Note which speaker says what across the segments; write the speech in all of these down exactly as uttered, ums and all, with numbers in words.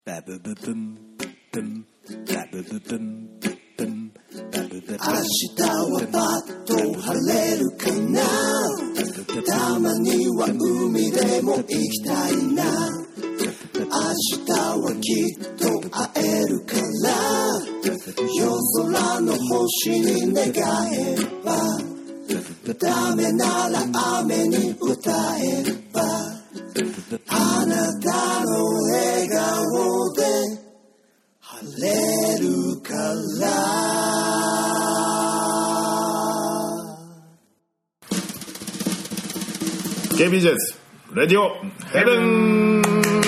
Speaker 1: バブブブンブンバブブブンブンバブブブン。明日はパッと晴れるかな。たまには海でも行きたいな。明日はきっと会えるから。夜空の星に願えば。ダメなら雨に歌えば。あなたの笑顔で晴れるから。
Speaker 2: ケービージェイズ レディオヘブン。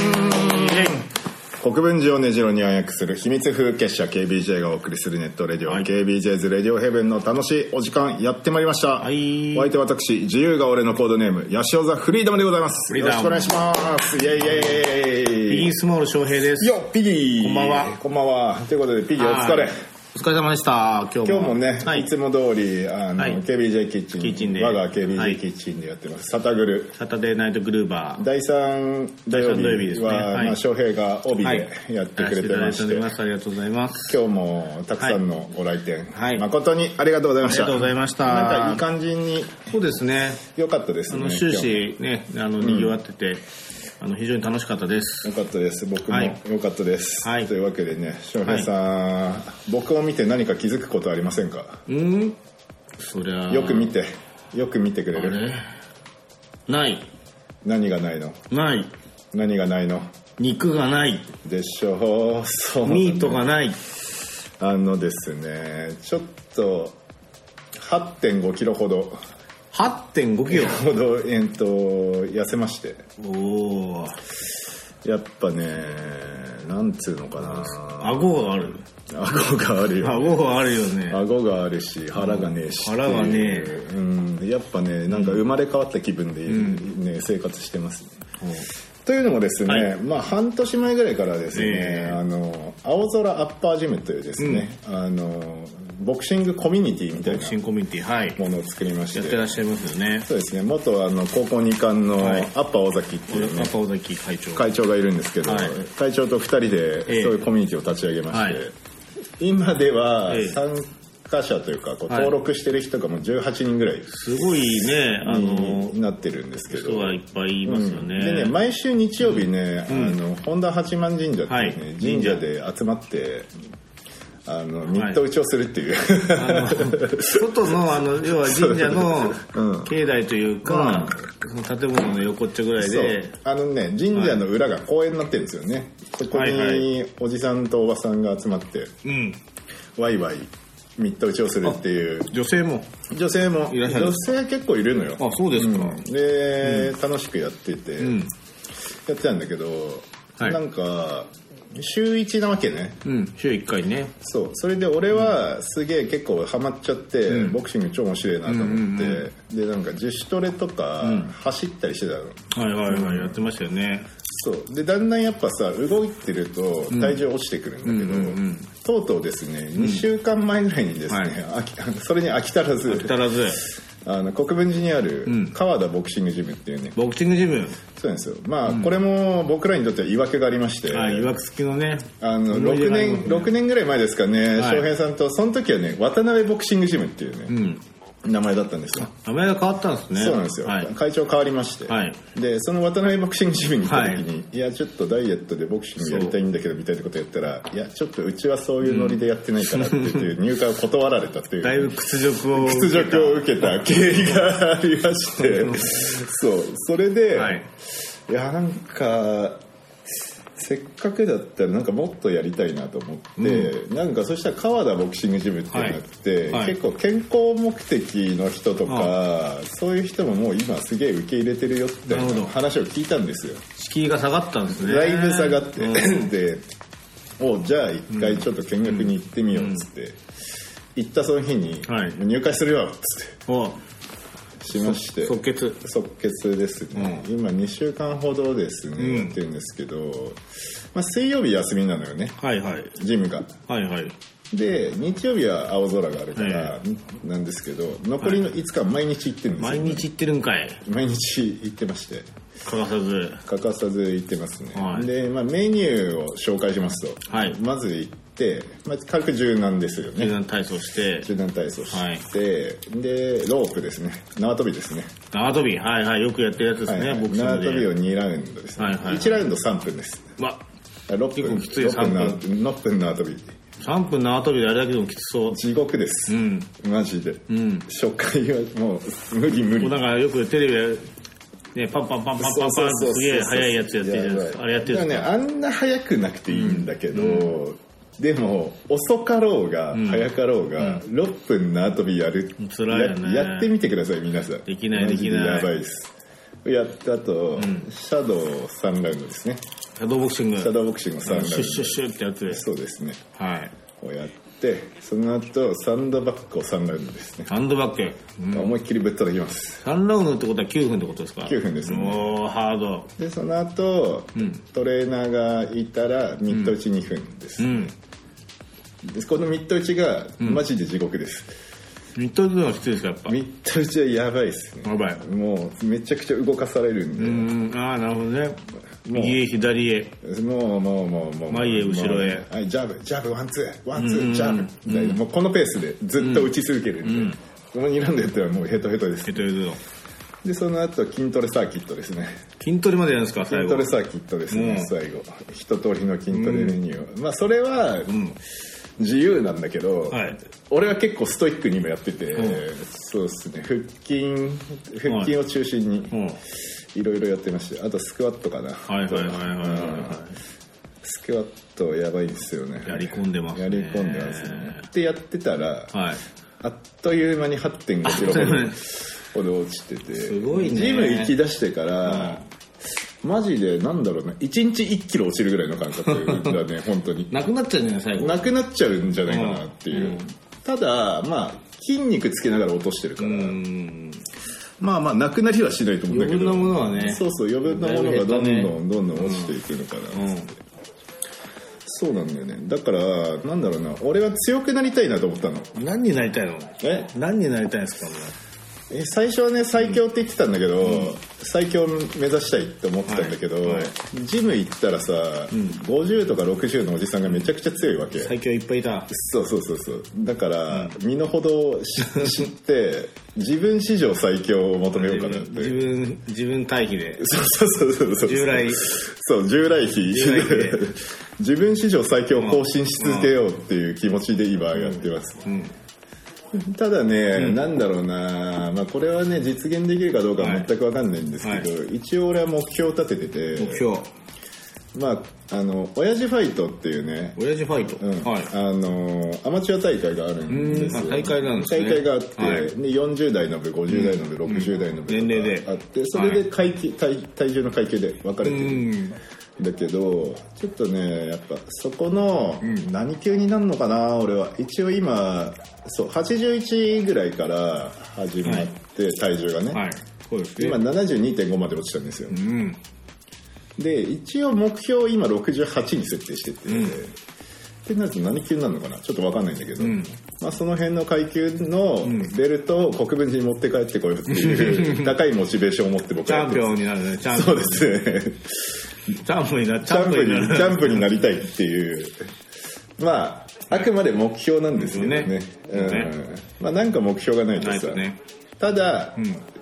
Speaker 2: 国分寺を根城に暗躍する秘密風結社 ケービージェイ がお送りするネットレディオ、はい、ケービージェイズ レディオヘブンの楽しいお時間やってまいりました、はい、お相手は私自由が俺のコードネームヤシオザフリーダムでございます。よろしくお願いします。イェイイェイ。
Speaker 3: ピギースモール翔平です。
Speaker 2: よっピギー。
Speaker 3: こんばんは。
Speaker 2: こんばんは。ということでピギーお疲れ。
Speaker 3: お疲れ様でした。今日も
Speaker 2: 今日もね、はい、いつも通りあの、はい、ケービージェイ キッチン、
Speaker 3: キッチンで
Speaker 2: 我が ケービージェイ キッチンでやってます、はい、サタグル
Speaker 3: サタデーナイトグルーバー
Speaker 2: だいさん土曜日は、
Speaker 3: ですね、はい、
Speaker 2: まあ、翔平が帯でやってくれてまして、
Speaker 3: はい、ありがとうございます。
Speaker 2: 今日もたくさんのご来店、
Speaker 3: はい、
Speaker 2: 誠にありがとうございました。
Speaker 3: ありがとうございました。
Speaker 2: なんかいい感じに。
Speaker 3: そうですね、
Speaker 2: 良かったですね。
Speaker 3: あの終始ね、あの賑わってて、うん、あの非常に楽しかったです。
Speaker 2: よかったです。僕もよかったです、はい、というわけでね、翔平さん、はい、僕を見て何か気づくことありませんか？
Speaker 3: うん、そりゃ
Speaker 2: よく見てよく見てくれる？
Speaker 3: あれない。
Speaker 2: 何がないの？
Speaker 3: ない。何
Speaker 2: がないの？
Speaker 3: 肉がない
Speaker 2: でしょう。そう、ね、
Speaker 3: ミートがない。
Speaker 2: あのですね、ちょっと はってんごキロほど
Speaker 3: はってんごキロ
Speaker 2: ほど、えー、と痩せまして。
Speaker 3: おー、
Speaker 2: やっぱね、なんつうのかな、
Speaker 3: 顎がある。
Speaker 2: 顎があるよ、ね、
Speaker 3: 顎があるよね。
Speaker 2: 顎があるし腹がねえし、
Speaker 3: 腹がねえ、
Speaker 2: うん、やっぱね、なんか生まれ変わった気分で、ね、うん、生活してます、うん、というのもですね、はい、まあ半年前ぐらいからですね、えー、あの青空アッパージムというですね、うん、あのボクシングコミュニティみたいなものを作りまして、
Speaker 3: やってらっしゃいますよね。
Speaker 2: そうですね、元あの高校に冠のアッパー尾崎っていう、ね、
Speaker 3: アッパー尾崎会長
Speaker 2: 会長がいるんですけど、はい、会長とふたりでそういうコミュニティを立ち上げまして、えーはい、今では参加者というかこう登録してる人がもうじゅうはちにんぐらい、
Speaker 3: すごいね、あの
Speaker 2: になってるんですけど、
Speaker 3: 人がいっぱいいますよね、
Speaker 2: うん、でね、毎週日曜日ね、うん、あの本田八幡神社っていうね、はい、神社で集まってあのミット打ちをするっていう、
Speaker 3: はい、あの外のあの要は神社の境内というか、うん、その建物の横っちょぐらいで、
Speaker 2: あのね、神社の裏が公園になってるんですよね、はい、そこにおじさんとおばさんが集まって、うん、ワイワイミット打ちをするっていう。
Speaker 3: 女性も
Speaker 2: 女性も
Speaker 3: いらっしゃる。
Speaker 2: 女性結構いるのよ。
Speaker 3: あ、そうですか、
Speaker 2: うん、で、うん、楽しくやってて、うん、やってたんだけど、はい、なんか週いちなわけね、
Speaker 3: うん、週いっかいね。
Speaker 2: そう、それで俺はすげえ結構ハマっちゃって、うん、ボクシング超面白いなと思って、うんうんうん、でなんか自主トレとか走ったりしてた
Speaker 3: の、うん、はいはいはい、やってましたよね。
Speaker 2: そうで、だんだんやっぱさ動いてると体重落ちてくるんだけど、うんうんうんうん、とうとうですね、にしゅうかんまえぐらいにですね、はい、それに飽き足らず
Speaker 3: 飽き足らず
Speaker 2: あの国分寺にある川田ボクシングジムっていうね、
Speaker 3: ボクシングジム、
Speaker 2: そうなんですよ。まあ、うん、これも僕らにとっては曰くがありまして、
Speaker 3: あ、曰く付きのね、
Speaker 2: あのろくねんろくねんぐらい前ですかね、翔、はい、平さんとその時はね、渡辺ボクシングジムっていうね、うん、名前だったんですよ。
Speaker 3: 名前が変わったんですね。
Speaker 2: そうなんですよ、はい、会長変わりまして、はい、でその渡辺ボクシングジムに行った時に、はい、いやちょっとダイエットでボクシングやりたいんだけどみたいなこと言ったら、いやちょっとうちはそういうノリでやってないからっていう入会を断られたっていう、
Speaker 3: だいぶ屈辱を
Speaker 2: 屈辱を受けた経緯がありましてそうそれで、はい、いやなんかせっかくだったらなんかもっとやりたいなと思って、うん、なんかそしたら川田ボクシングジムってなって、はいはい、結構健康目的の人とかそういう人ももう今すげえ受け入れてるよって話を聞いたんですよ。
Speaker 3: 敷居が下がったんですね。
Speaker 2: だいぶ下がって、うん、でおじゃあ一回ちょっと見学に行ってみようっつって、うんうん、行ったその日に、はい、入会するよっつっておしまして、
Speaker 3: 即決
Speaker 2: 即決ですね、うん、今にしゅうかんほどですね、うん、やってるんですけど、まあ、水曜日休みなのよね、はいはい、ジムが、はいはい、で日曜日は青空があるからなんですけど、はい、残りのいつか毎日行ってるんですよ、ね、
Speaker 3: 毎日行ってるんかい。
Speaker 2: 毎日行ってまして、
Speaker 3: 欠かさず
Speaker 2: 欠かさず行ってますね、
Speaker 3: はい、
Speaker 2: で、まあ、メニューを紹介しますと、はい、まず行って、まあ、軽く柔軟ですよね。
Speaker 3: 柔軟体操して
Speaker 2: 柔軟体操して、はい、でロープですね、縄跳びですね。
Speaker 3: 縄跳び、はいはい、よくやってるやつですね、はいはい、ボクシングで。縄跳びを
Speaker 2: にラウンドですね、はいはいはい、いちラウンドさんぷんです。
Speaker 3: わ
Speaker 2: ろっぷん、
Speaker 3: 結構きつい。さんぷん
Speaker 2: ろっぷん縄跳び、
Speaker 3: さんぷん縄跳びであれだけでもきつそう。
Speaker 2: 地獄です、うん、マジで、うん、初回はもう無理無理。
Speaker 3: なんかよくテレビでね、パンパンパンパンパンパンすげえ速いやつやってるじゃないですか。あれやってるんですか。
Speaker 2: ね、あんな速くなくていいんだけど、うん、でも遅かろうが、うん、速かろうが、うん、ろっぷん縄跳びやる、
Speaker 3: 辛いよね。
Speaker 2: や、やってみてください皆さん。
Speaker 3: できないできない。
Speaker 2: やばいです。やった後、うん、シャドウさんラウンドですね。
Speaker 3: シャドウボクシング。
Speaker 2: シャドウボクシングさんラウンド。
Speaker 3: シュッシュッシュッってやつで。
Speaker 2: そうですね。
Speaker 3: はい。
Speaker 2: をやって、その後サンドバッグをさんラウンドですね。
Speaker 3: サンドバッグ、
Speaker 2: うん、思いっきりぶったたきます。
Speaker 3: さんラウンドってことはきゅうふんってことですか。
Speaker 2: きゅうふんですね。
Speaker 3: おーハード。
Speaker 2: でその後、うん、トレーナーがいたらミット打ちにふんです、うん、でこのミット打ちがマジで地獄です、
Speaker 3: うん、ミット打ちの方がきついですか。やっぱ
Speaker 2: ミット打ちはやばいですね。
Speaker 3: やばい。
Speaker 2: もうめちゃくちゃ動かされるんで。
Speaker 3: うん、ああなるほどね。右へ左へ、
Speaker 2: もうもうもうもう
Speaker 3: 前へ後ろへ、
Speaker 2: はい、ジャブジャブワンツーワンツージャブみたいな、もうこのペースでずっと打ち続けるんで、うん、このにラウンドやったらもうヘトヘトです。
Speaker 3: ヘトヘト
Speaker 2: でその後筋トレサーキットですね。
Speaker 3: 筋トレまでやるんですか。最後
Speaker 2: 筋トレサーキットですね、うん、最後一通りの筋トレメニュー、うん、まあそれは、うん自由なんだけど、はい、俺は結構ストイックにもやってて、うん、そうですね、腹筋腹筋を中心にいろいろやってまして、あとスクワットかな。
Speaker 3: はいはいはいはいはい、
Speaker 2: スクワットやばいんですよね。
Speaker 3: やり込んでますね。
Speaker 2: やり込んでますね。でやってたら、はい、あっという間に はってんごキロほど落ちてて、
Speaker 3: すごいね。
Speaker 2: ジム行き出してから、うん、マジでなんだろうね、いちにちいっキロ落ちるぐらいの感覚だね本当に。
Speaker 3: なくなっちゃうんじゃない最後。
Speaker 2: なくなっちゃうんじゃないかなっていう、うん、ただまあ筋肉つけながら落としてるから、うん、まあまあなくなりはしないと思うんだけど、
Speaker 3: 余分なものはね、
Speaker 2: そうそう余分なものがどんどんどんどん落ちていくのかな、うんうん、そうなんだよね。だからなんだろうな、俺は強くなりたいなと思ったの。
Speaker 3: 何になりたいの。え何になりたいんですか。
Speaker 2: え最初はね最強って言ってたんだけど、うん、最強目指したいって思ってたんだけど、はいはい、ジム行ったらさ、うん、ごじゅうとかろくじゅうのおじさんがめちゃくちゃ強いわけ。
Speaker 3: 最強いっぱいいた。
Speaker 2: そうそうそうそう。だから、うん、身の程を知って自分史上最強を求めようかなって。
Speaker 3: 自分自分対比で。
Speaker 2: そうそうそうそう。
Speaker 3: 従来
Speaker 2: そう従来比。従来比で自分史上最強を更新し続けようっていう気持ちで今やってます。うんうんただね、うん、なんだろうな、まあ、これはね実現できるかどうかは全く分かんないんですけど、はいはい、一応俺は目標を立ててて、
Speaker 3: 目標
Speaker 2: まああの親父ファイトっていうね、
Speaker 3: 親父ファイト、うんはい、
Speaker 2: あのアマチュア大会があるんですよ。
Speaker 3: 大会なんですね。
Speaker 2: 大会があって、はい、でよんじゅう代の部ごじゅう代の部、うん、ろくじゅう代の部
Speaker 3: 年齢で
Speaker 2: あって、それで階級、はい、体, 体重の階級で分かれてるんだけど、ちょっとねやっぱそこの何級になるのかな、俺は一応今そうはちじゅういちぐらいから始まって、はい、体重がね、はいそうですね、今 ななじゅうにてんご まで落ちたんですよ、うん、で一応目標今ろくじゅうはちに設定してて、うん、ってなると何級になるのかなちょっと分かんないんだけど、うんまあ、その辺の階級のベルトを国分寺に持って帰ってこようっていう高いモチベーションを持って僕
Speaker 3: はやってます。チャンピオンになるね。チャンピオン
Speaker 2: そうですね。
Speaker 3: チャンプにな
Speaker 2: チャンプにチャンプになりたいっていうまああくまで目標なんですけどね。ねうんねまあなんか目標がないとさ。とね、ただ、うん、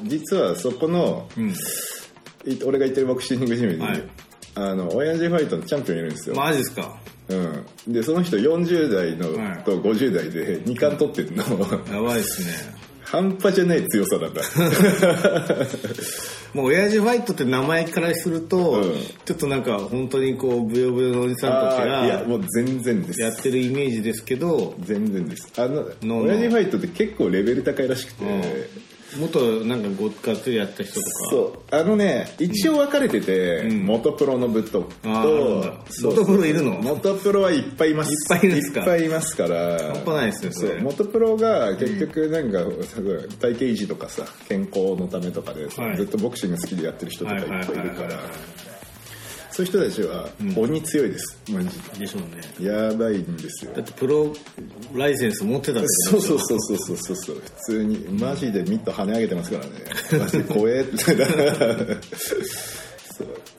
Speaker 2: 実はそこの、うん、俺が行ってるボクシングジムに、はい、あの親父ファイトのチャンピオンいるんですよ。
Speaker 3: マジですか。
Speaker 2: うん、でその人よんじゅう代の、はい、とごじゅう代でに冠取ってるの。
Speaker 3: やばいですね。
Speaker 2: 半端じゃない強さなんだ。
Speaker 3: もう親父ファイトって名前からすると、うん、ちょっとなんか本当にこうブヨブヨのおじさんたちが
Speaker 2: いやもう全然です
Speaker 3: やってるイメージですけど、
Speaker 2: 全然です。あの親父ファイトって結構レベル高いらしくて、
Speaker 3: もっとなんかごっかつりやった人とか、
Speaker 2: そうあのね一応分かれてて、うん、元プロの部と、
Speaker 3: うん、元プロいるの？
Speaker 2: 元プロはいっぱいいます。
Speaker 3: いっぱいいるんですか？
Speaker 2: いっぱいいますから。
Speaker 3: 半端ないですよそれ。
Speaker 2: そう元プロが結局なんか、うん、体型維持とかさ健康のためとかで、はい、ずっとボクシング好きでやってる人とかいっぱいいるから。そういう人たちは鬼強いです、うん、マジで。
Speaker 3: でしょうね。
Speaker 2: やばいんですよ。
Speaker 3: だってプロライセンス持ってたんです
Speaker 2: よ。そうそうそうそうそうそう。普通にマジでミット跳ね上げてますからね。マジで怖えって。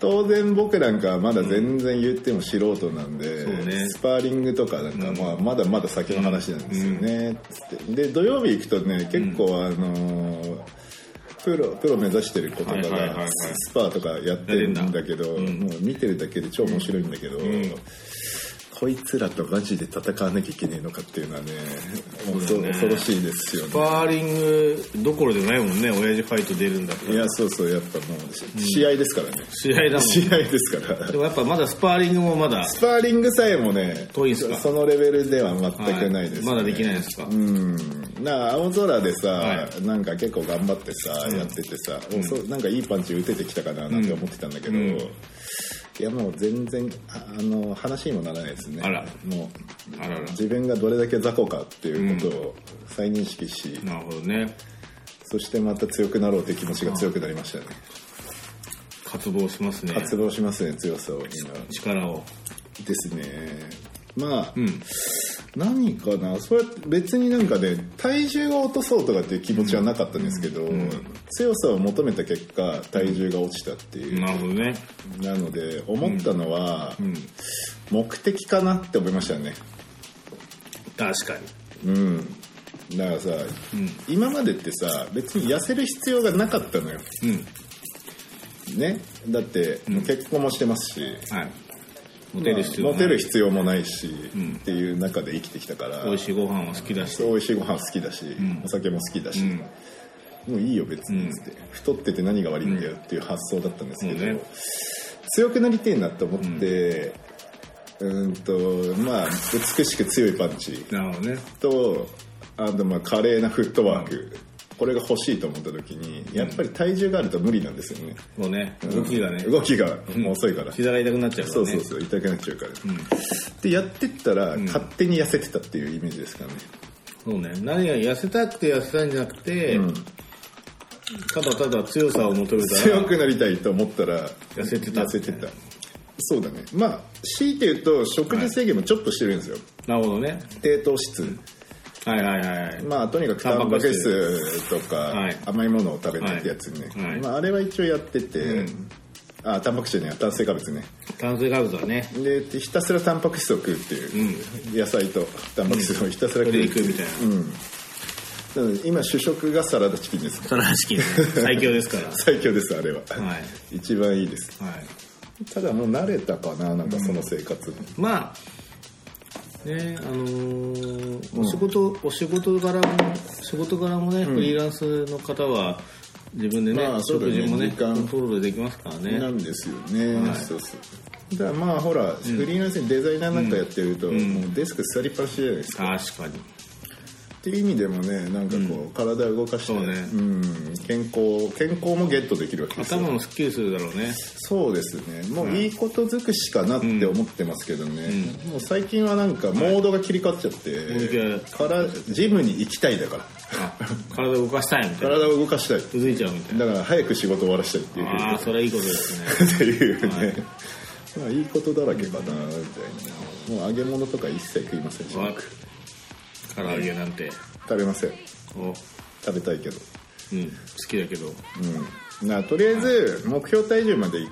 Speaker 2: 当然僕なんかまだ全然言っても素人なんで、
Speaker 3: うんね、
Speaker 2: スパーリングとかなんかまあまだまだ先の話なんですよね、うん、で土曜日行くとね結構あのー、プロプロ目指してる子とかがスパーとかやってるんだけど、うん、もう見てるだけで超面白いんだけど、うんうん、こいつらとマジで戦わなきゃいけねえのかっていうのはね、恐ろしいですよね。
Speaker 3: スパーリングどころでないもんね、親父ファイト出るんだから。
Speaker 2: いや、そうそう、やっぱもう試合ですからね、うん、
Speaker 3: 試合だもん、ね、
Speaker 2: 試合ですから。
Speaker 3: でもやっぱまだスパーリングもまだ
Speaker 2: スパーリングさえもね、
Speaker 3: 遠いですか。
Speaker 2: そのレベルでは全くないです、ね、
Speaker 3: はい、まだできないですか。
Speaker 2: うん、な青空でさ、はい、なんか結構頑張ってさ、うん、やっててさ、うん、そうなんかいいパンチ打ててきたかななんて思ってたんだけど、うんうん、いやもう全然あの話にもならないですね。
Speaker 3: あら、
Speaker 2: もうあらら自分がどれだけ雑魚かっていうことを再認識し、
Speaker 3: うん、なるほどね。
Speaker 2: そしてまた強くなろうっていう気持ちが強くなりましたね。
Speaker 3: 渇望しますね。
Speaker 2: 渇望しますね、強さを、今
Speaker 3: 力を
Speaker 2: ですね。まあ、うん、何かな、そうやって別になんかね体重を落とそうとかっていう気持ちはなかったんですけど、うんうん、強さを求めた結果体重が落ちたっていう、
Speaker 3: なるほどね。
Speaker 2: なので思ったのは、うんうん、目的かなって思いましたね。
Speaker 3: 確か
Speaker 2: に。うん。だからさ、うん、今までってさ別に痩せる必要がなかったのよ。うん、ね。だって、うん、結婚もしてますし。はい。
Speaker 3: モテる必要もない、
Speaker 2: まあ、モテる必要もないし、うん、っていう中で生きてきたから。
Speaker 3: 美味しいご飯は好きだし。
Speaker 2: 美味しいご飯好きだし、うん、お酒も好きだし。うん、もういいよ別にっつって、うん、太ってて何が悪いんだよっていう発想だったんですけど、うんね、強くなりてえなと思って、うん、うんとまあ美しく強いパンチと、あとまあ華麗なフットワーク、うん、これが欲しいと思った時にやっぱり体重があると無理なんですよね。
Speaker 3: もうね、動きがね、
Speaker 2: 動きがもう遅いから、
Speaker 3: 膝が痛くなっちゃうからね。
Speaker 2: そうそうそう、痛くなっちゃうから、うん、でやってったら、うん、勝手に痩せてたっていうイメージですかね。
Speaker 3: そうね、何が痩せたくて痩せたんじゃなくて、うん、ただただ強さを求めたら
Speaker 2: 強くなりたいと思ったら
Speaker 3: 痩せてた、
Speaker 2: 痩せてた。そうだね。まあ強いて言うと食事制限もちょっとしてるんですよ、
Speaker 3: はい、なるほどね。
Speaker 2: 低糖質、
Speaker 3: はいはいはい、
Speaker 2: まあとにかくタンパク質とか、はい、甘いものを食べないってやつね、はいはい、まあ、あれは一応やってて、うん、あタンパク質じゃない、炭水化物ね。
Speaker 3: 炭水化物はね、
Speaker 2: でひたすらタンパク質を食うっていう、うん、野菜とタンパク質をひたすら食う、
Speaker 3: うん、食うみたいな、
Speaker 2: うん、今主食がサラダチキンです。
Speaker 3: サラダチキン、ね、最強ですから
Speaker 2: 最強ですあれは、
Speaker 3: はい、
Speaker 2: 一番いいです、はい、ただもう慣れたかな、なんかその生活、うん、
Speaker 3: まあね、あのーうん、お仕事お仕事柄も仕事柄もね、うん、フリーランスの方は自分でね、まあ、食事もねコントロールできますからね。
Speaker 2: なんですよね、はい、そうそうだからまあほら、うん、フリーランスにデザイナーなんかやってると、うん、もうデスク座りっぱなしじゃないですか。
Speaker 3: 確かに
Speaker 2: っていう意味でもね、なんかこう、うん、体を動かして、
Speaker 3: そうね、
Speaker 2: うん、健康健康もゲットできるわけですよ。
Speaker 3: 頭もすっきりするだろうね。
Speaker 2: そうですね、もういいこと尽くしかなって思ってますけどね、うん、もう最近はなんかモードが切り替わっちゃって、はい、からジムに行きたいだから
Speaker 3: 体を動かしたいみたいな、
Speaker 2: 体を動かしたい、
Speaker 3: うずいちゃうみたいな、
Speaker 2: だから早く仕事終わらしたいっていう。
Speaker 3: ああ、それはいいことですね
Speaker 2: っていうね、はい、まあいいことだらけかなみたいな。もう揚げ物とか一切食いませんし、
Speaker 3: 唐揚げなんて
Speaker 2: 食べません。お食べたいけど、
Speaker 3: うん、好きだけど、
Speaker 2: うん、なとりあえず目標体重までいって、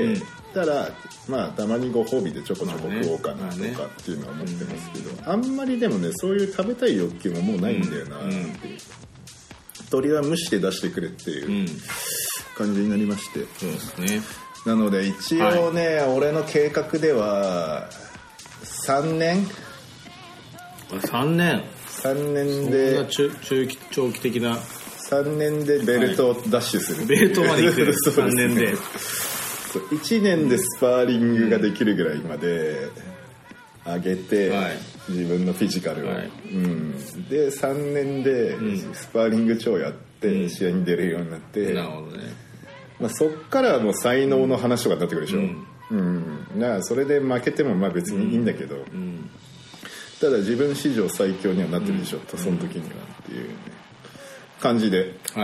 Speaker 2: うん、たらまあたまにご褒美でちょこちょこ食おうかなとかっていうのは思ってますけど、まあね、あんまりでもねそういう食べたい欲求ももうないんだよなっていう、うんうん、鳥は蒸して出してくれっていう感じになりまして、うん、
Speaker 3: そうですね。
Speaker 2: なので一応ね、はい、俺の計画ではさんねん
Speaker 3: さんねん
Speaker 2: さんねんで
Speaker 3: そんな 中, 中期長期的な
Speaker 2: さんねんでベルトをダッシュする、はい、
Speaker 3: ベルトまでいくるさんねんで
Speaker 2: いちねんでスパーリングができるぐらいまで上げて、はい、自分のフィジカルを、はいうん、でさんねんでスパーリング超やって試合に出れるようになって、うん、
Speaker 3: なるほどね。
Speaker 2: まあ、そっからはもう才能の話とかになってくるでしょ、うんうん、だからそれで負けてもまあ別にいいんだけど、うんうんただ自分史上最強にはなってるでしょ、うん、その時にはっていう、ね、感じで、
Speaker 3: はい、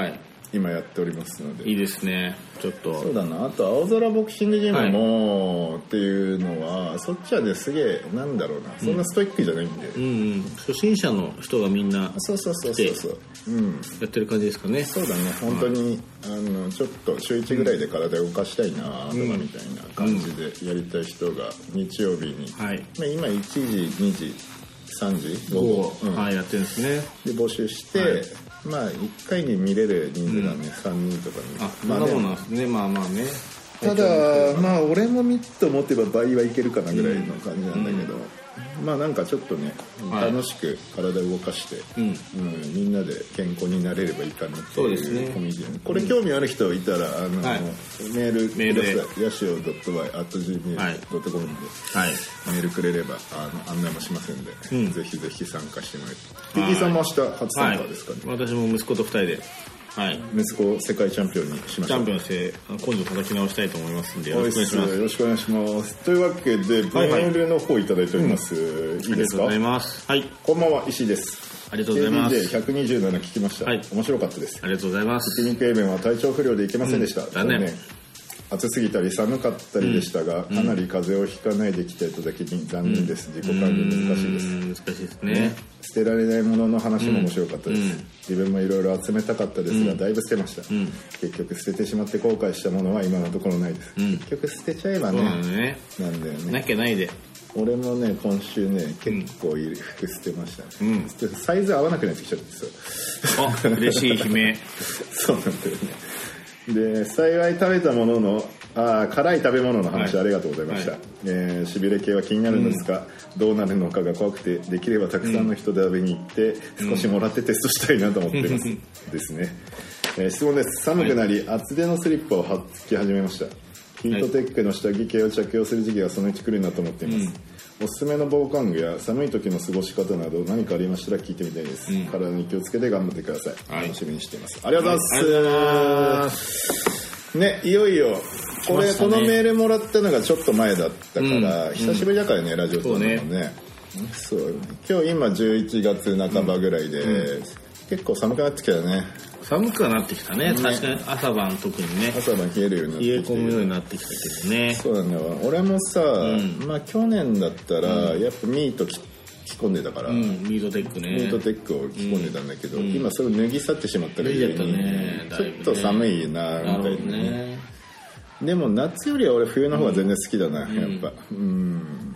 Speaker 2: 今やっておりますので。
Speaker 3: いいですね。ちょっと
Speaker 2: そうだな。あと青空ボクシングジムも、はい、っていうのはそっちはねすげえなんだろうな、そんなストイックじゃないんで、
Speaker 3: うんうん、初心者の人がみんな
Speaker 2: そうそうそうそうそう、うん、
Speaker 3: やってる感じですかね。
Speaker 2: そうだね。本当に、はい、あのちょっと週いちぐらいで体を動かしたいなとかみたいな感じでやりたい人が日曜日に、うん、はい、まあ、今いちじにじさんじ午後、
Speaker 3: うん、はい、やってるんですね。
Speaker 2: で募集して、はい、まあいっかいに見れる人数がね、うん、さんにんとかに、
Speaker 3: あ、まあね、そうなんですね。まあまあね。
Speaker 2: ただまあ俺もミット持てば倍はいけるかなぐらいの感じなんだけど、うん、まあなんかちょっとね、はい、楽しく体を動かして、うんうん、みんなで健康になれればいいかなっていうコミュニティ、ね、これ興味ある人いたらあの、はい、メールメールでヤシオ .y アット ジーメール ドットコム で、はい、メールくれればあの案内もしますんで、うん、ぜひぜひ参加してもらえて。 ピーティー さんも明日初参加ですかね。
Speaker 3: はい、私も息子とふたりで、はい、
Speaker 2: 息子を世界チャンピオンにしました。
Speaker 3: チャンピオンして今度叩き直したいと思いますんでよろしくお願いします。
Speaker 2: よろしくお願いします。というわけでメールの方いただいております、はいはい、いいですか。
Speaker 3: ありがとうございます。はい、
Speaker 2: こんばんは、石井です。
Speaker 3: ありがとうございます。
Speaker 2: ケービージェイひゃくにじゅうなな 聞きました、はい、面白かったです。
Speaker 3: ありがとうございます。
Speaker 2: ピクニックイベントは体調不良で行けませんでした、うん、だね。暑すぎたり寒かったりでしたが、うん、かなり風邪をひかないできただけに残念です、うん、自己管理難しいです。
Speaker 3: 難しいですね。ね、
Speaker 2: 捨てられないものの話も面白かったです、うん、自分もいろいろ集めたかったですが、うん、だいぶ捨てました、うん、結局捨ててしまって後悔したものは今のところないです、うん、結局捨てちゃえば ね, ねなんだよね。
Speaker 3: なきゃないで。
Speaker 2: 俺もね今週ね結構服捨てましたね、うん、サイズ合わなくなってきちゃってさ。
Speaker 3: あ、嬉しい悲鳴。
Speaker 2: そうなんだよね。で幸い食べたもののあ辛い食べ物の話、はい、ありがとうございました、はい、えー、しびれ系は気になるんですが、うん、どうなるのかが怖くてできればたくさんの人で食べに行って、うん、少しもらってテストしたいなと思っています、うん、ですね、えー、質問です。寒くなり、はい、厚手のスリッパを履き始めました。ヒートテックの下着系を着用する時期がそのうち来るなと思っています、うん、おすすめの防寒具や寒い時の過ごし方など何かありましたら聞いてみたいです、うん、体に気をつけて頑張ってください、はい、楽しみにしています。ありがとうございます、はい、ありがとうございますね。いよいよこれ、ね、このメールもらったのがちょっと前だったから、うん、久しぶりだからね、うん、ラジオ撮るのもね。そうね、そう今日今じゅういちがつなかばぐらいで、うん、結構寒くなってきたよね。
Speaker 3: 寒くはなってきたね、確かに朝晩特にね。
Speaker 2: 朝晩冷えるようになってきて、
Speaker 3: 冷え込むようになってきたけどね。
Speaker 2: そうなんだよ。俺もさ、うん、まあ去年だったら、うん、やっぱミート着込んでたから、うん、
Speaker 3: ミートテックね。
Speaker 2: ミートテックを着込んでたんだけど、うん、今それを脱ぎ去ってしまったら、ね、ちょっと寒いなみたいなね。でも夏よりは俺冬の方が全然好きだな、うん、やっぱ、うん、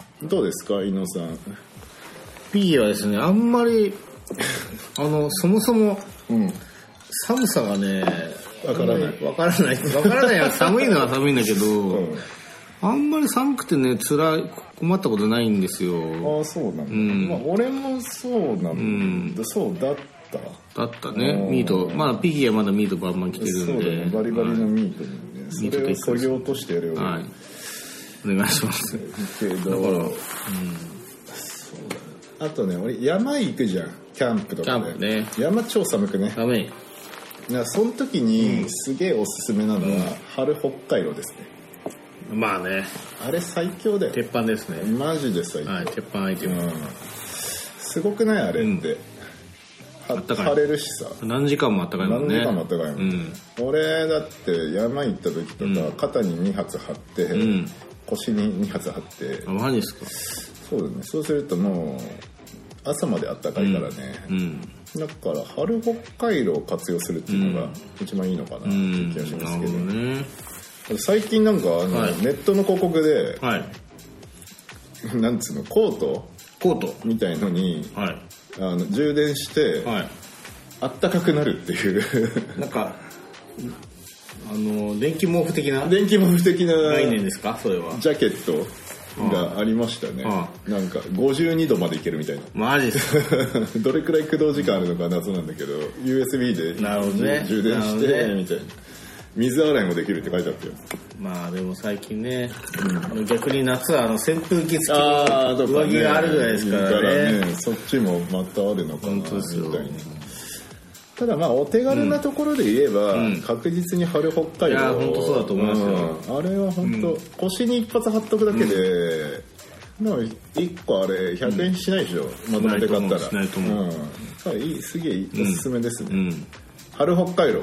Speaker 2: どうですか伊野さん。
Speaker 3: ピーはですね、あんまりあのそもそも、うん、寒さがね
Speaker 2: わからない
Speaker 3: わからないわからない寒いのは寒いんだけど、うん、あんまり寒くてね辛い困ったことないんですよ。
Speaker 2: ああそうなんだ、うん、まあ、俺もそうなんだ、うん、そうだった
Speaker 3: だったね。ミートまだピギはまだミートバンバン来てるんで、
Speaker 2: そうだね、バリバリのミートにね、はい、それをそぎ落としてやるよ、
Speaker 3: はい、お願いします
Speaker 2: けど、だから、うん、そうだね。あとね俺山行くじゃん、キャンプとかで、キャンプね、山超寒くね。
Speaker 3: 寒い。
Speaker 2: なその時にすげえおすすめなのは、うん、春北海道ですね。
Speaker 3: まあね、
Speaker 2: あれ最強だよ。
Speaker 3: 鉄板ですね。
Speaker 2: マジで最強、
Speaker 3: はい、鉄板アイテム、うん、
Speaker 2: すごくないあれって、うん、晴れるしさ、
Speaker 3: 何時間もあったかいもんね。
Speaker 2: 何時間もあったかいもん、うん、俺だって山行った時とか、うん、肩にに発貼って、うん、腰にに発貼って。
Speaker 3: あ、マジですか。
Speaker 2: そうだね。そうするともう朝まであったかいからね、うんうん、だから春北海道を活用するっていうのが一番いいのかなっていう気がしますけど、うんうん、ね、最近なんかあの、はい、ネットの広告で、はい、なんつうのコート
Speaker 3: コート
Speaker 2: みたいのに、はい、あの充電して、はい、あったかくなるっていう
Speaker 3: なんかあの電気毛布的な
Speaker 2: 電気毛布的な
Speaker 3: 概念ですか。それはジ
Speaker 2: ャケットがありましたね、ああなんかごじゅうにどまでいけるみたいな。
Speaker 3: マジですか。
Speaker 2: どれくらい駆動時間あるのか謎なんだけど ユーエスビー で、
Speaker 3: なるほど、ね、
Speaker 2: 充電して、ね、みたいな。水洗いもできるって書いてあったよ。
Speaker 3: まあでも最近ね、うん、逆に夏はあの扇風機付きの上着があるぐらいですからね。だからね、
Speaker 2: そっちもまたあるのかなみたいな。ただまあお手軽なところで言えば、うん、確実に春北海道、いや
Speaker 3: 本当そうだと思いますよ、
Speaker 2: うん、あれは本当、うん、腰に一発貼っとくだけで、うん、いっこあれひゃくえんしないでしょ、うん、まとめて買ったら。
Speaker 3: しないと思う、
Speaker 2: うん、いいすげえおすすめですね、うん、春北海道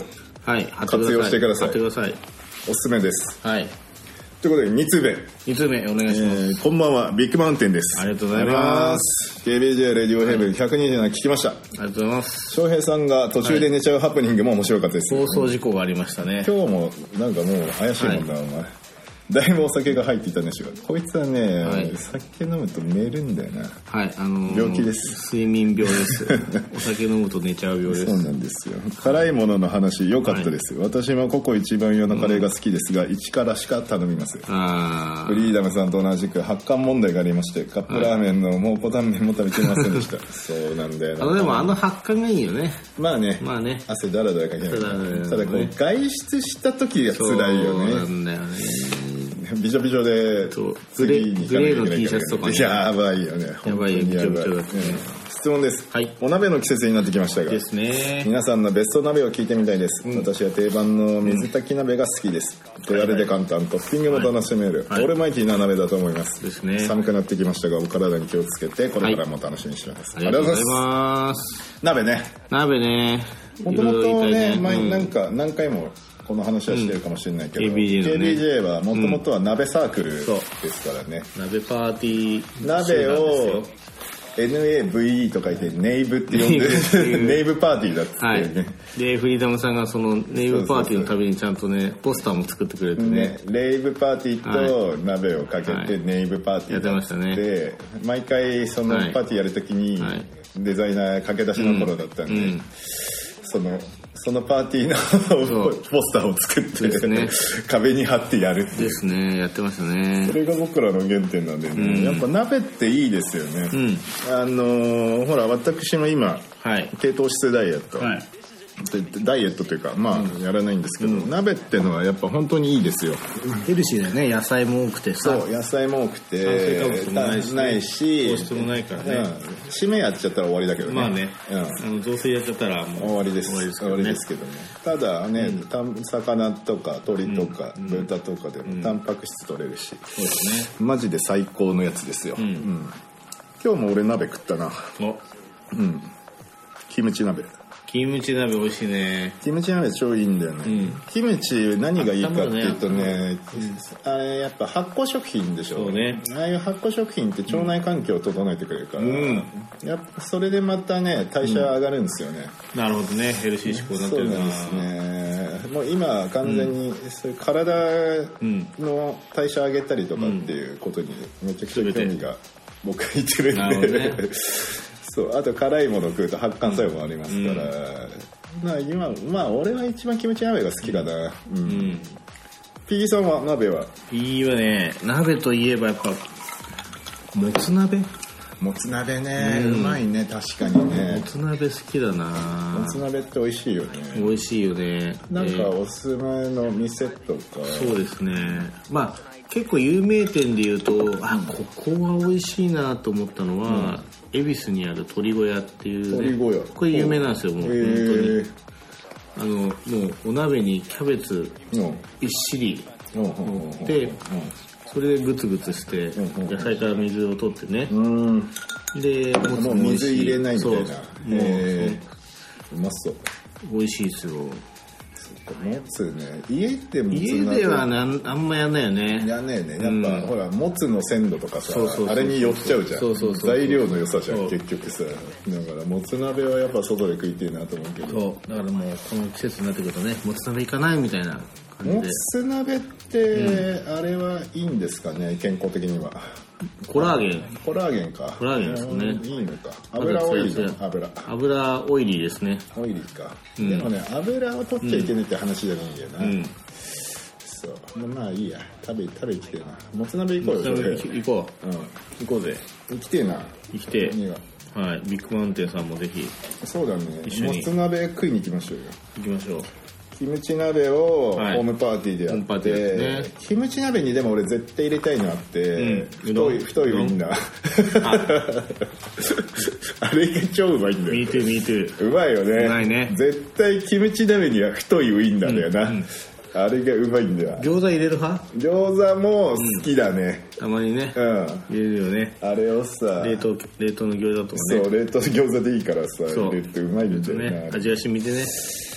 Speaker 3: はい、
Speaker 2: 活用してください。
Speaker 3: 貼ってください。
Speaker 2: おすすめです。
Speaker 3: はい。
Speaker 2: ということでに通目
Speaker 3: に通目お願いします、
Speaker 2: えー、こんばんは、ビッグマウンテンです。
Speaker 3: ありがとうございます。
Speaker 2: ケービージェー レディオヘブンひゃくにじゅうなな聞きました。あ
Speaker 3: りがとうございます。
Speaker 2: 翔平さんが途中で寝ちゃうハプニングも面白かったです、
Speaker 3: 放送事故がありましたね。
Speaker 2: 今日もなんかもう怪しいもんだ、はい、お前だいぶお酒が入っていたんですよ。こいつはね、はい、酒飲むと寝るんだよな。
Speaker 3: はい、あのー、
Speaker 2: 病気です。
Speaker 3: 睡眠病です。お酒飲むと寝ちゃう病です。
Speaker 2: そうなんですよ。辛いものの話良かったです、はい、私はココ一番用のカレーが好きですが、うん、一からしか頼みます。
Speaker 3: あ
Speaker 2: フリーダムさんと同じく発汗問題がありまして、カップラーメンの蒙古タンメンも食べてませんでした。そうなんだよな。
Speaker 3: あのでもあの発汗がいいよね。
Speaker 2: まあね、
Speaker 3: まあね、
Speaker 2: 汗だらだらかけない。ただ、ね、ただこう外出した時が辛いよね。
Speaker 3: そうなんだよね。
Speaker 2: びしょびしょで
Speaker 3: グレーの T シャツとかね、
Speaker 2: やばいよね。
Speaker 3: やばいよ、びしょびしょだってね。
Speaker 2: 質問です、
Speaker 3: はい、
Speaker 2: お鍋の季節になってきましたが
Speaker 3: ですね、
Speaker 2: 皆さんのベスト鍋を聞いてみたいです、うん、私は定番の水炊き鍋が好きです、うん、手軽で簡単、トッピングも楽しめる、はい、オールマイティーな鍋だと思います
Speaker 3: ですね。
Speaker 2: 寒くなってきましたがお体に気をつけてこれからも楽しみにしてます、
Speaker 3: はい、ありがとうございます。
Speaker 2: 鍋ね
Speaker 3: 鍋ね、
Speaker 2: もともとね、前なんか何回もこの話はしてるかもしれないけど、うん、ケービージェー のね、ケービージェー はもともとは鍋サークルですからね、
Speaker 3: うん、鍋パーティー
Speaker 2: 鍋を エヌエーブイイー と書いてネイブって呼んでネイブパーティーだっつって、ね、はい、で
Speaker 3: フリーダムさんがそのネイブパーティーのたびにちゃんとねポスターも作ってくれてね、ね、
Speaker 2: レイブパーティーと鍋をかけてネイブパーティーだっつって、はい、やってましたね。毎回そのパーティーやるときにデザイナー駆け出しの頃だったんで、うんうん、そのそのパーティーのポスターを作って、ね、壁に貼ってやるっていう
Speaker 3: ですね、やってましたね。
Speaker 2: それが僕らの原点なんでね、うん、やっぱ鍋っていいですよね、うん、あのー、ほら私も今、はい、低糖質ダイエット、はい、ダイエットというかまあ、うん、やらないんですけど、うん、鍋ってのはやっぱ本当にいいですよ。
Speaker 3: ヘルシーだよね。野菜も多くてさ、
Speaker 2: そう野菜も多くて炭水化物もないし、ないし
Speaker 3: 糖質もないからね、うん、
Speaker 2: 締めやっちゃったら終わりだけどね。
Speaker 3: まあね、うん、あの雑炊やっちゃったらもう
Speaker 2: 終わりです。終わりですけど ね, ですけどねただね、うん、魚とか鶏とか、うん、豚とかでもタンパク質取れるし、
Speaker 3: そうですね、
Speaker 2: マジで最高のやつですよ、うんうん、今日も俺鍋食ったな。
Speaker 3: お、
Speaker 2: うん、キムチ鍋。
Speaker 3: キムチ鍋美味しいね。
Speaker 2: キムチ鍋超いいんだよね、うん、キムチ何がいいかっていうとね、うん、あれやっぱ発酵食品でしょ。
Speaker 3: そうね、
Speaker 2: ああいう発酵食品って腸内環境を整えてくれるから、うん、やっぱそれでまたね代謝上がるんですよね、
Speaker 3: うん、なるほどね。ヘルシー志向になってるな。
Speaker 2: そうなんですね。もう今完全にそういう体の代謝上げたりとかっていうことにめちゃくちゃ興味が僕はいってるんで、ね、そうあと辛いものを食うと発汗作用もありますから、うん、まあ今まあ俺は一番キムチ鍋が好きかな。うん、うん、ピーさんは鍋は？
Speaker 3: ピーはね、鍋といえばやっぱもつ鍋。
Speaker 2: もつ鍋ね、うん、うまいね。確かにね、
Speaker 3: もつ鍋好きだな。
Speaker 2: もつ鍋って美味しいよね。
Speaker 3: 美味しいよね。
Speaker 2: なんかおすすめの店とか、
Speaker 3: えー、そうですね、まあ結構有名店でいうと、うん、あここは美味しいなと思ったのは、うん、恵比寿にある鶏小屋っていう、ね、
Speaker 2: 鶏小屋
Speaker 3: これ有名なんですよ。もう本当にあのもうお鍋にキャベツびっしり乗って、それでグツグツして野菜から水を取ってね、
Speaker 2: うん
Speaker 3: で
Speaker 2: もう水入れないみたいな。
Speaker 3: そう
Speaker 2: えー、うまそう。
Speaker 3: 美味しいですよ。
Speaker 2: もつね、家でも
Speaker 3: 家ではなんあんまやんないよね。
Speaker 2: やんないよね。やっぱ、うん、ほらもつの鮮度とかさ、そうそうそうそう、あれに寄っちゃうじゃん。
Speaker 3: そうそうそうそう、
Speaker 2: 材料の良さじゃん結局さ。だからもつ鍋はやっぱ外で食いてえなと思うけど。
Speaker 3: そうだからもうこの季節になってくるとね、もつ鍋行かないみたいな感じで。
Speaker 2: もつ鍋って、うん、あれはいいんですかね、健康的には。
Speaker 3: コラーゲン。
Speaker 2: コラーゲンか。
Speaker 3: コラーゲンですね。
Speaker 2: いいのか。油オイリーだ。油。
Speaker 3: 油オイリーですね。
Speaker 2: オイリーか。うん、でもね、油を取っちゃいけないって話じゃないんだよな。うん、そう。まあいいや。食べ食べきてえな。もつ鍋行こうよ。
Speaker 3: もつ鍋行こう。うん。行こうぜ。
Speaker 2: 行きてえな。
Speaker 3: 行きてえ。はい。ビッグマウンテンさんもぜひ。
Speaker 2: そうだね。もつ鍋食いに行きましょうよ。
Speaker 3: 行きましょう。
Speaker 2: キムチ鍋をホームパーティーでやって、はいね、キムチ鍋にでも俺絶対入れたいのあって、うん、太い太いウインナーあれが超うまいんだよ。
Speaker 3: Me too, me too。
Speaker 2: うまいよね。
Speaker 3: うまいね。
Speaker 2: 絶対キムチ鍋には太いウインナーだよな、うんうん、あれがうまいんだよ。
Speaker 3: 餃子入れる派？
Speaker 2: 餃子も好きだね、
Speaker 3: うん、たまにね、うん、入れるよね。
Speaker 2: あれをさ
Speaker 3: 冷凍冷凍の餃子とかね。
Speaker 2: そう冷凍餃子でいいからさ入れるってうまいんだよね。
Speaker 3: ね、味が染みてね。
Speaker 2: ち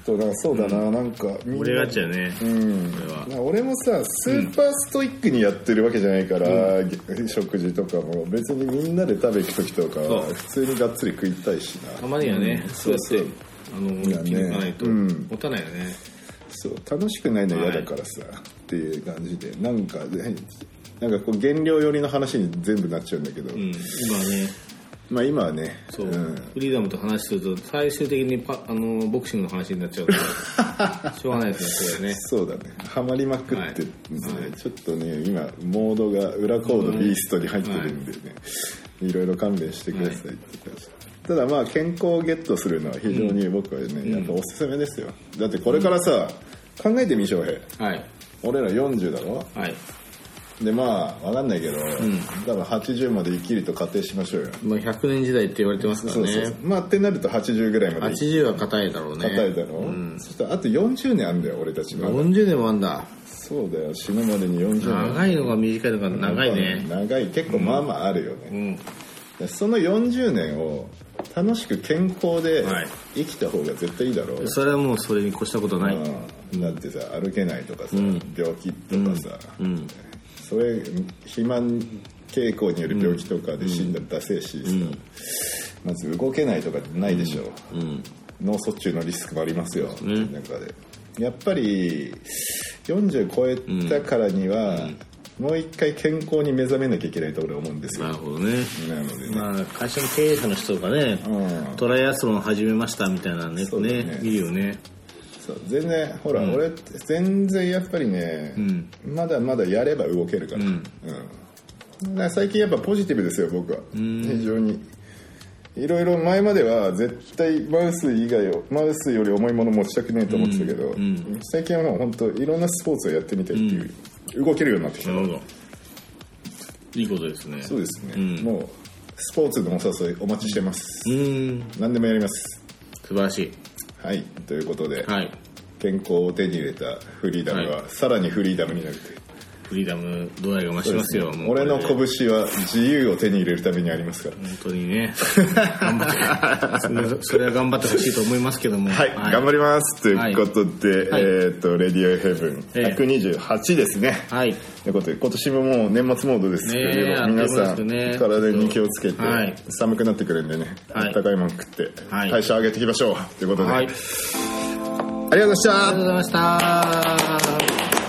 Speaker 2: となんかそうだな、うん、なんか
Speaker 3: 盛り上がっちゃうね、
Speaker 2: うん、俺は俺もさスーパーストイックにやってるわけじゃないから、うん、食事とかも別にみんなで食べ行く時とか普通にがっつり食いたいしな。
Speaker 3: たまにはね、うん、そうやってあの気抜かないと持たないよね、
Speaker 2: うん、そう楽しくないの嫌だからさ、はい、っていう感じでなんかねなんかこう減量寄りの話に全部なっちゃうんだけど、うん、
Speaker 3: 今ね
Speaker 2: まあ今はね
Speaker 3: そう、うん、フリーダムと話すると最終的にパあのボクシングの話になっちゃうからしょうがないですねそれね。そうだねハマりまくってるんで、ねはい、ちょっとね今モードが裏コードビーストに入ってるんでね、はい、いろいろ勘弁してくださいって感じ、はい、ただまあ健康をゲットするのは非常に僕はね、うん、やっぱおすすめですよ。だってこれからさ、うん、考えてみ翔平、はい、俺らよんじゅうだろ、はいでまあ分かんないけど、うん、多分はちじゅうまで生きると仮定しましょうよ。 まあひゃくねん時代って言われてますからね。そうそう
Speaker 2: まあってなるとはちじゅうぐらいまで
Speaker 3: はちじゅうは硬いだろうね。
Speaker 2: 硬いだろう、うん、そしたらあとよんじゅうねんあんだよ俺たちの。
Speaker 3: よんじゅうねんもあんだ。
Speaker 2: そうだよ死ぬまでによんじゅうねん。
Speaker 3: 長いのか短いのか長いね。
Speaker 2: 長い結構まあまああるよね、うん、そのよんじゅうねんを楽しく健康で生きた方が絶対いいだろう、はい、
Speaker 3: それはもうそれに越したことない、
Speaker 2: うん、だってさ歩けないとかさ、うん、病気とかさ、うんうんそれ肥満傾向による病気とかで死んだらダセえし、うん、まず動けないとかないでしょ、うんうん、脳卒中のリスクもありますよ、うん、中でやっぱりよんじゅう超えたからには、うん、もう一回健康に目覚めなきゃいけないと俺は思うんですよ。
Speaker 3: なるほどね。なのでね、まあ、会社の経営者の人がね、うん、トライアスロン始めましたみたいなね、ね見るよね。
Speaker 2: そう全然ほら、うん、俺全然やっぱりね、うん、まだまだやれば動けるから、うんうん、だから最近やっぱポジティブですよ僕は、うん、非常にいろいろ前までは絶対マウス以外をマウスより重いもの持ちたくねえと思ってたけど、うんうん、最近はもう本当いろんなスポーツをやってみたいっていう、うん、動けるようになってきた。なるほど
Speaker 3: いいことですね。
Speaker 2: そうですね、うん、もうスポーツのお誘いお待ちしてます、うん、何でもやります。
Speaker 3: 素晴らしい。
Speaker 2: はい、ということで、はい、健康を手に入れたフリーダムは、はい、さらにフリーダムになるという。
Speaker 3: フリーダム度合いが増しますよ。
Speaker 2: もう俺の拳は自由を手に入れるためにありますから。
Speaker 3: 本当にね。頑張ってそれは頑張ってほしいと思いますけども。
Speaker 2: はい、はい、頑張りますということで、はい、えっとレディオヘブンひゃくにじゅうはちですね。はい。ということで今年ももう年末モードですけれど、ね、皆さん、ね、体に気をつけて、はい、寒くなってくるんでね、はい、温かいもの食って、はい、代謝上げていきましょうということで、はい、ありがとうございました。
Speaker 3: ありがとうございました。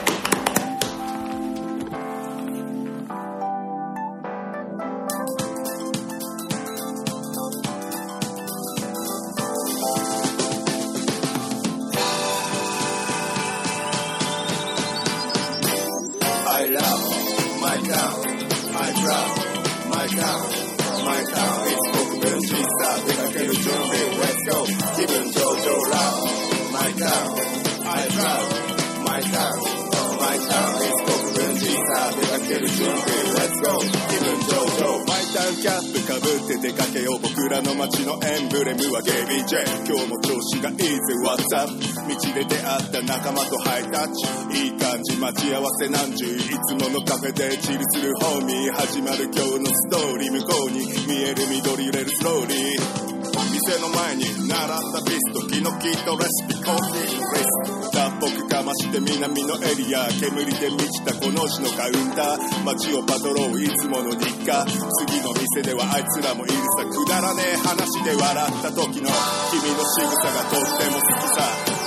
Speaker 1: キャップかぶって出かけよう僕らの街のエンブレムはゲイビージェイ今日も調子がいいぜ What's up 道で出会った仲間とハイタッチいい感じ待ち合わせ何十いつものカフェでチルするホーミー始まる今日のストーリー向こうに見える緑揺れるスローリー店の前に並んだピストキノキとレシピコーヒーのレス脱北かまして南のエリア煙で満ちたこの市のカウンター街をパトロールいつもの日課次の店ではあいつらもいるさくだらねえ話で笑った時の君の仕草がとっても好きさ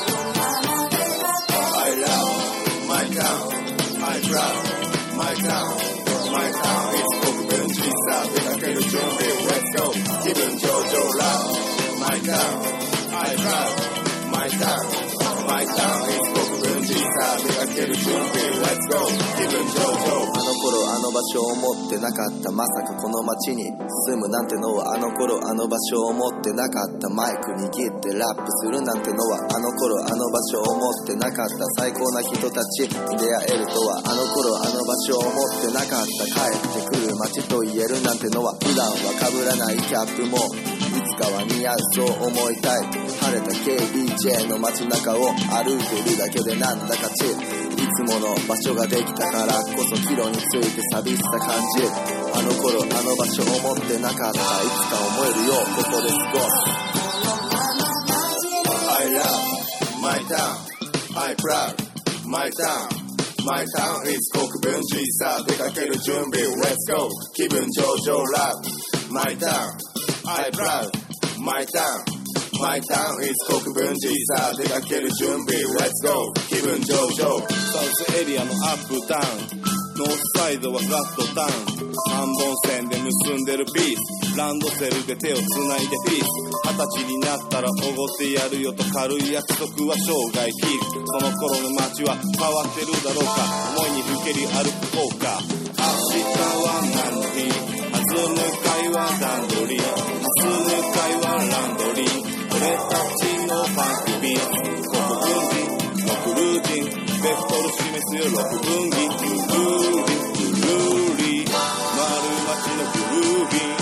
Speaker 1: I love my town I love my town my town It's 国分寺さ出かける準備 Let's go 気分上々 Love my town I love my town my town It's 国分寺さ出かける準備 Let's go 気分上々
Speaker 4: あの頃あの場所を持ってなかったまさかこの街に住むなんてのはあの頃あの場所を持ってなかったマイク握ってラップするなんてのはあの頃あの場所を持ってなかった最高な人たちに出会えるとはあの頃あの場所を持ってなかった帰ってくる街と言えるなんてのは普段は被らないキャップもいつかは似合うそう思いたい晴れた ケービージェイ の街中を歩いてるだけでなんだかちいつもの場所ができたからこそ帰路について寂しさ感じるあの頃あの場所を持ってなかったいつか思えるよここで過ごす
Speaker 1: I love
Speaker 4: town I proud My town My town is 国分寺さあ出かける準備 Let's go 気分上々ラブ My town I proud My town My town is 国分寺さあ出かける準備 Let's go 気分上々
Speaker 5: サウスエリアのアップダウンノースサイドはフラットダウン三本線で結んでるピースランドセルで手をつないでピース二十歳になったらおごってやるよと軽い約束は生涯キープその頃の街は変わってるだろうか思いにふけり歩く効果明日は何の日初向かいは段取り初向かいはランドリー俺たちのファンクビーツ国分寺のクルージンベクトル示すよ六分岐グルーリグルーリー丸町のグルービー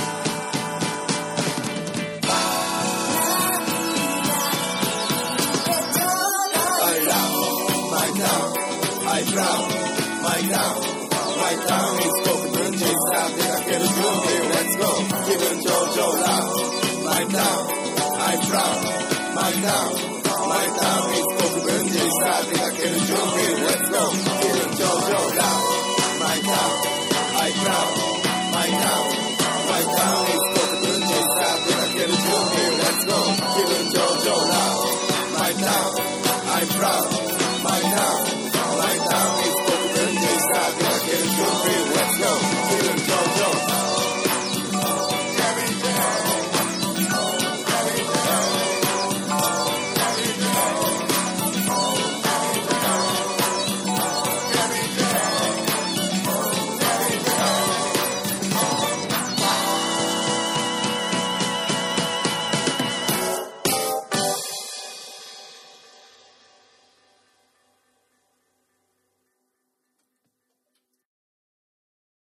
Speaker 4: My town, my town, my town is 国分寺さあ出かける準備 Let's go 気分上々ラブ My town, I proud My town, my town is 国分寺さあ出かける準備 Let's go